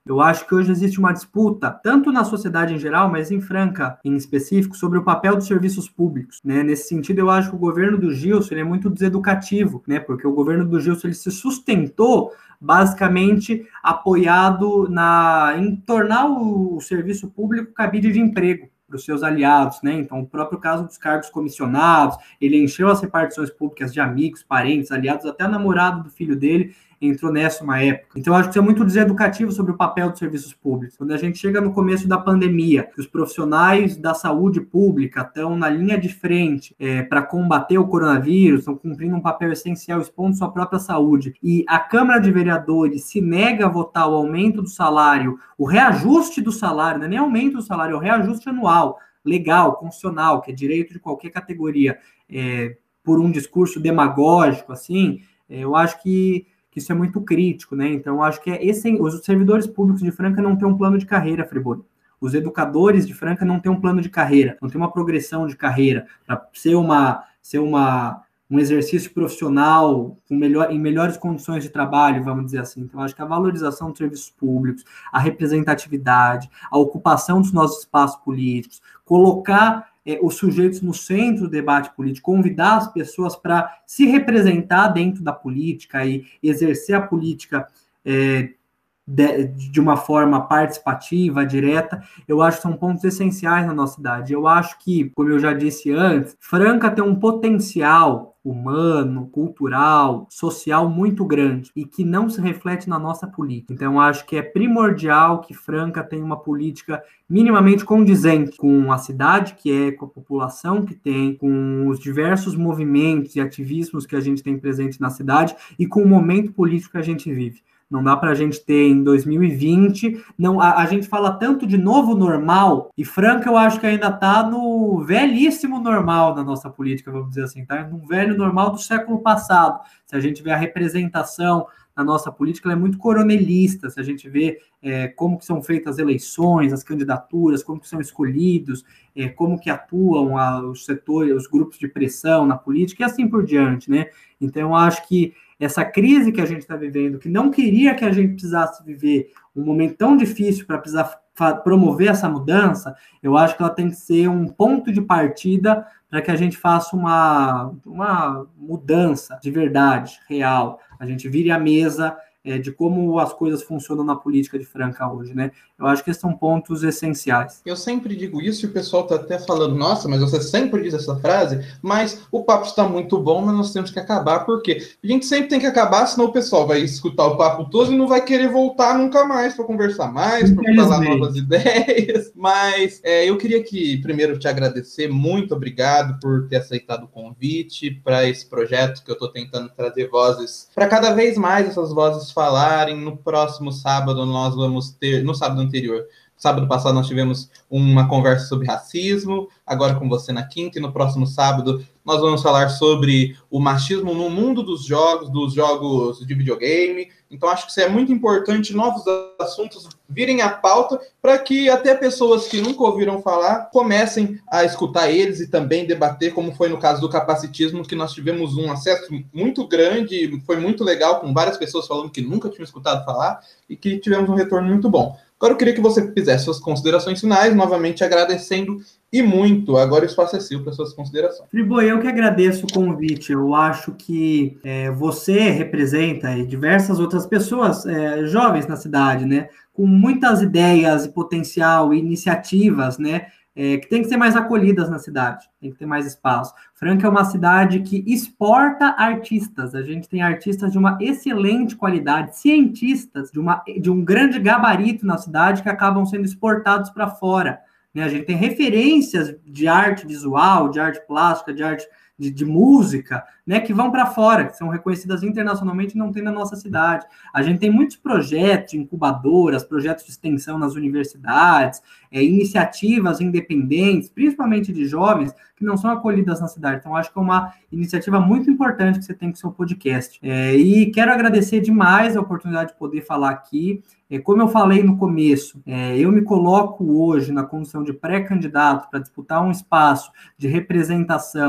Eu acho que hoje existe uma disputa, tanto na sociedade em geral, mas em Franca em específico, sobre o papel dos serviços públicos, né? Nesse sentido, eu acho que o governo do Gilson ele é muito deseducativo, né? Porque o governo do Gilson ele se sustentou basicamente apoiado na, em tornar o, o serviço público cabide de emprego para os seus aliados, né? Então, o próprio caso dos cargos comissionados, ele encheu as repartições públicas de amigos, parentes, aliados, até a namorada do filho dele entrou nessa uma época. Então, acho que isso é muito deseducativo sobre o papel dos serviços públicos. Quando a gente chega no começo da pandemia, que os profissionais da saúde pública estão na linha de frente é, para combater o coronavírus, estão cumprindo um papel essencial, expondo sua própria saúde, e a Câmara de Vereadores se nega a votar o aumento do salário, o reajuste do salário, não é nem aumento do salário, é o reajuste anual, legal, constitucional, que é direito de qualquer categoria, é, por um discurso demagógico, assim, é, eu acho que que isso é muito crítico, né? Então, acho que é esse, os servidores públicos de Franca não têm um plano de carreira, Friboi. Os educadores de Franca não têm um plano de carreira, não tem uma progressão de carreira para ser, uma, ser uma, um exercício profissional com melhor, em melhores condições de trabalho, vamos dizer assim. Então, acho que a valorização dos serviços públicos, a representatividade, a ocupação dos nossos espaços políticos, colocar É, os sujeitos no centro do debate político, convidar as pessoas para se representar dentro da política e exercer a política é, de, de uma forma participativa, direta, eu acho que são pontos essenciais na nossa cidade. Eu acho que, como eu já disse antes, Franca tem um potencial humano, cultural, social muito grande e que não se reflete na nossa política. Então, acho que é primordial que Franca tenha uma política minimamente condizente com a cidade que é, com a população que tem, com os diversos movimentos e ativismos que a gente tem presente na cidade e com o momento político que a gente vive. Não dá para a gente ter em dois mil e vinte, não, a, a gente fala tanto de novo normal, e Franca eu acho que ainda está no velhíssimo normal da nossa política, vamos dizer assim, tá? No velho normal do século passado. Se a gente vê a representação na nossa política, ela é muito coronelista, se a gente vê é, como que são feitas as eleições, as candidaturas, como que são escolhidos, é, como que atuam a, os setores, os grupos de pressão na política, e assim por diante, né? Então, eu acho que essa crise que a gente está vivendo, que não queria que a gente precisasse viver um momento tão difícil para precisar promover essa mudança, eu acho que ela tem que ser um ponto de partida para que a gente faça uma, uma mudança de verdade, real. A gente vire a mesa é, de como as coisas funcionam na política de Franca hoje, né? Eu acho que esses são pontos essenciais. Eu sempre digo isso e o pessoal está até falando, nossa, mas você sempre diz essa frase, mas o papo está muito bom, mas nós temos que acabar, porque a gente sempre tem que acabar, senão o pessoal vai escutar o papo todo e não vai querer voltar nunca mais para conversar mais, para falar novas ideias. Mas é, eu queria que, primeiro, te agradecer, muito obrigado por ter aceitado o convite para esse projeto que eu estou tentando trazer vozes, para cada vez mais essas vozes falarem. No próximo sábado nós vamos ter, no sábado anterior, sábado passado nós tivemos uma conversa sobre racismo, agora com você na quinta, e no próximo sábado nós vamos falar sobre o machismo no mundo dos jogos, dos jogos de videogame. Então acho que isso é muito importante, novos assuntos virem à pauta, para que até pessoas que nunca ouviram falar comecem a escutar eles e também debater, como foi no caso do capacitismo, que nós tivemos um acesso muito grande, foi muito legal, com várias pessoas falando que nunca tinham escutado falar e que tivemos um retorno muito bom. Agora eu queria que você fizesse suas considerações finais, novamente agradecendo e muito. Agora o espaço é seu para suas considerações. Friboi, eu que agradeço o convite. Eu acho que é, você representa e diversas outras pessoas é, jovens na cidade, né, com muitas ideias e potencial e iniciativas, né, é, que tem que ser mais acolhidas na cidade, tem que ter mais espaço. Franca é uma cidade que exporta artistas, a gente tem artistas de uma excelente qualidade, cientistas de, uma, de um grande gabarito na cidade que acabam sendo exportados para fora. Né? A gente tem referências de arte visual, de arte plástica, de arte de, de música, né, que vão para fora, que são reconhecidas internacionalmente e não tem na nossa cidade. A gente tem muitos projetos, incubadoras, projetos de extensão nas universidades, é, iniciativas independentes, principalmente de jovens, que não são acolhidas na cidade. Então, acho que é uma iniciativa muito importante que você tem com o seu podcast. É, e quero agradecer demais a oportunidade de poder falar aqui. É, como eu falei no começo, é, eu me coloco hoje na condição de pré-candidato para disputar um espaço de representação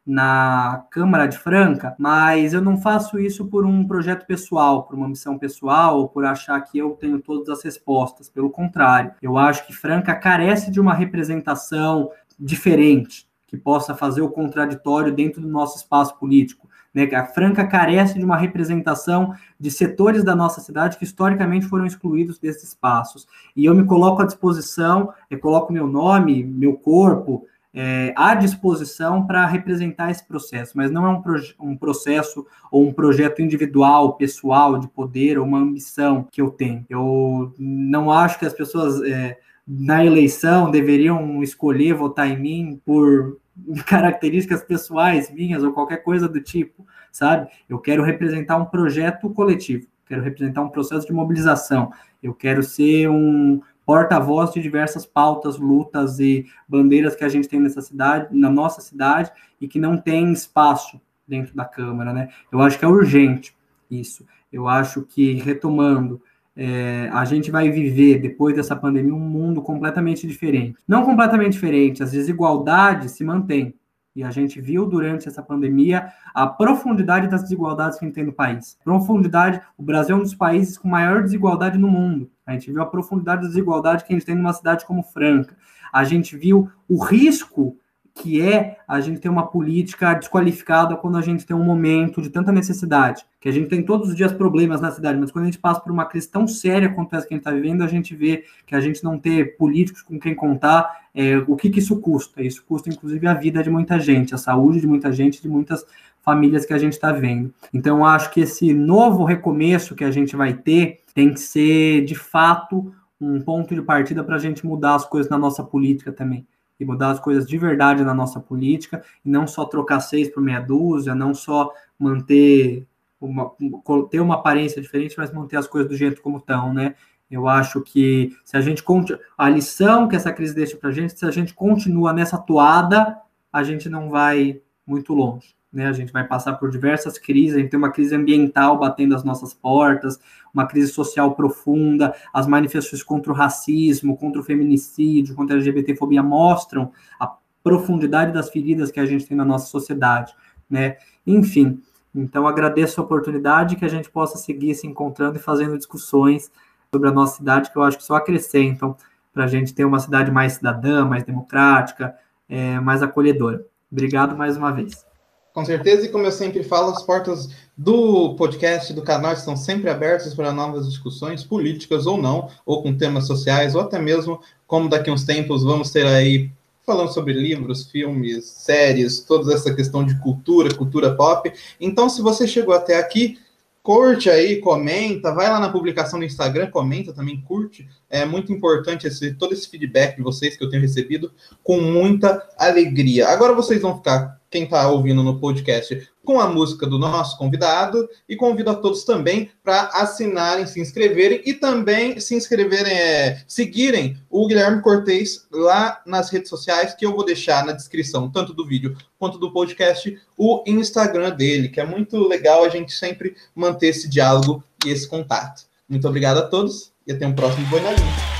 na Câmara de Franca, mas eu não faço isso por um projeto pessoal, por uma missão pessoal, ou por achar que eu tenho todas as respostas. Pelo contrário, eu acho que Franca carece de uma representação diferente, que possa fazer o contraditório dentro do nosso espaço político. Né? A Franca carece de uma representação de setores da nossa cidade que historicamente foram excluídos desses espaços. E eu me coloco à disposição, eu coloco meu nome, meu corpo, É, à disposição para representar esse processo, mas não é um, um processo ou um projeto individual, pessoal, de poder, ou uma ambição que eu tenho. Eu não acho que as pessoas é, na eleição deveriam escolher votar em mim por características pessoais minhas ou qualquer coisa do tipo, sabe? Eu quero representar um projeto coletivo, quero representar um processo de mobilização, eu quero ser um porta-voz de diversas pautas, lutas e bandeiras que a gente tem nessa cidade, na nossa cidade, e que não tem espaço dentro da Câmara, né? Eu acho que é urgente isso. Eu acho que, retomando, é, a gente vai viver, depois dessa pandemia, um mundo completamente diferente. Não completamente diferente, as desigualdades se mantêm. E a gente viu durante essa pandemia a profundidade das desigualdades que a gente tem no país. Profundidade, o Brasil é um dos países com maior desigualdade no mundo. A gente viu a profundidade da desigualdade que a gente tem numa cidade como Franca. A gente viu o risco que é a gente ter uma política desqualificada quando a gente tem um momento de tanta necessidade. Que a gente tem todos os dias problemas na cidade, mas quando a gente passa por uma crise tão séria quanto essa que a gente está vivendo, a gente vê que a gente não ter políticos com quem contar, é, o que, que isso custa. Isso custa, inclusive, a vida de muita gente, a saúde de muita gente, de muitas famílias que a gente está vendo. Então, eu acho que esse novo recomeço que a gente vai ter tem que ser, de fato, um ponto de partida para a gente mudar as coisas na nossa política também. E mudar as coisas de verdade na nossa política, e não só trocar seis por meia dúzia, não só manter uma, ter uma aparência diferente, mas manter as coisas do jeito como estão, né? Eu acho que se a gente a lição que essa crise deixa para a gente, se a gente continua nessa toada, a gente não vai muito longe. Né? A gente vai passar por diversas crises, a gente tem uma crise ambiental batendo as nossas portas, uma crise social profunda, as manifestações contra o racismo, contra o feminicídio, contra a LGBTfobia mostram a profundidade das feridas que a gente tem na nossa sociedade, né? Enfim, então agradeço a oportunidade que a gente possa seguir se encontrando e fazendo discussões sobre a nossa cidade, que eu acho que só acrescentam para a gente ter uma cidade mais cidadã, mais democrática, é, mais acolhedora. Obrigado mais uma vez. Com certeza, e como eu sempre falo, as portas do podcast, do canal, estão sempre abertas para novas discussões, políticas ou não, ou com temas sociais, ou até mesmo, como daqui a uns tempos vamos ter aí, falando sobre livros, filmes, séries, toda essa questão de cultura, cultura pop. Então, se você chegou até aqui, curte aí, comenta, vai lá na publicação do Instagram, comenta também, curte. É muito importante esse, todo esse feedback de vocês que eu tenho recebido com muita alegria. Agora vocês vão ficar, quem está ouvindo no podcast, com a música do nosso convidado, e convido a todos também para assinarem, se inscreverem e também se inscreverem, é, seguirem o Guilherme Cortez lá nas redes sociais, que eu vou deixar na descrição, tanto do vídeo quanto do podcast, o Instagram dele, que é muito legal a gente sempre manter esse diálogo e esse contato. Muito obrigado a todos e até um próximo Boi na Linha.